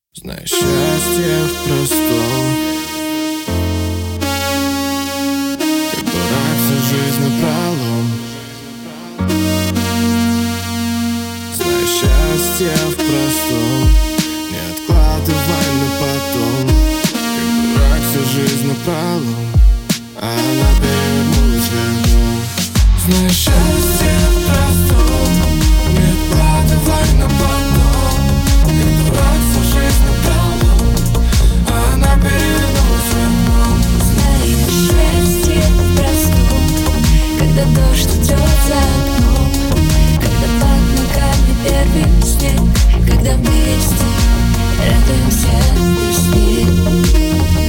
Знай счастье в простом, как дурак всю жизнь напролом. Знай счастье в простом, не откладывай на потом, как дурак всю жизнь напролом, а она перевернулась вверх дном. Знай счастье в простом, не откладывай на потом, как дурак всю жизнь напролом, а она перевернулась вверх дном. Знаю счастье в простом, когда дождь идет за окном, когда под ногами первый снег, когда вместе радуемся весне.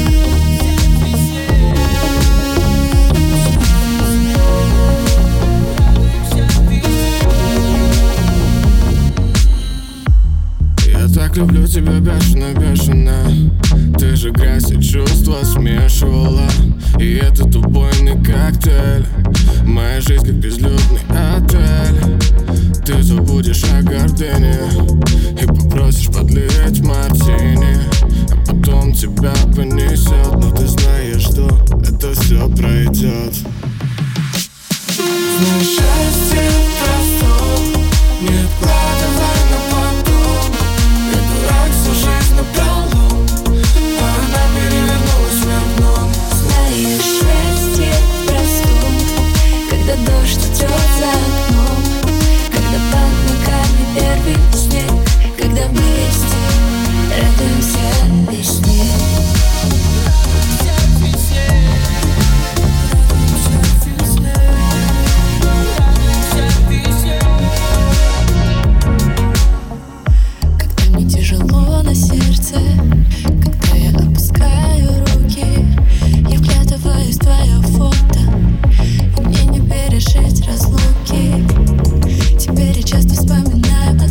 Я так люблю тебя бешено, бешено. Ты же грязь и чувства смешивала, и этот убойный коктейль. Моя жизнь как безлюдный отель. Ты забудешь о гордыне и попросишь подлить мартини, а потом тебя понесет. Но ты знаешь, что это все пройдет. Знай счастье в простом, не откладывай на потом, как дурак всю жизнь напролом, а она перевернулась вверх дном. Знаю счастье в простом, когда дождь идет за окном, когда под ногами первый снег, когда вместе радуемся весне. Когда мне тяжело на сердце, когда я опускаю руки, я вглядываюсь в твое фото, и мне не пережить разлуки. Теперь я часто вспоминаю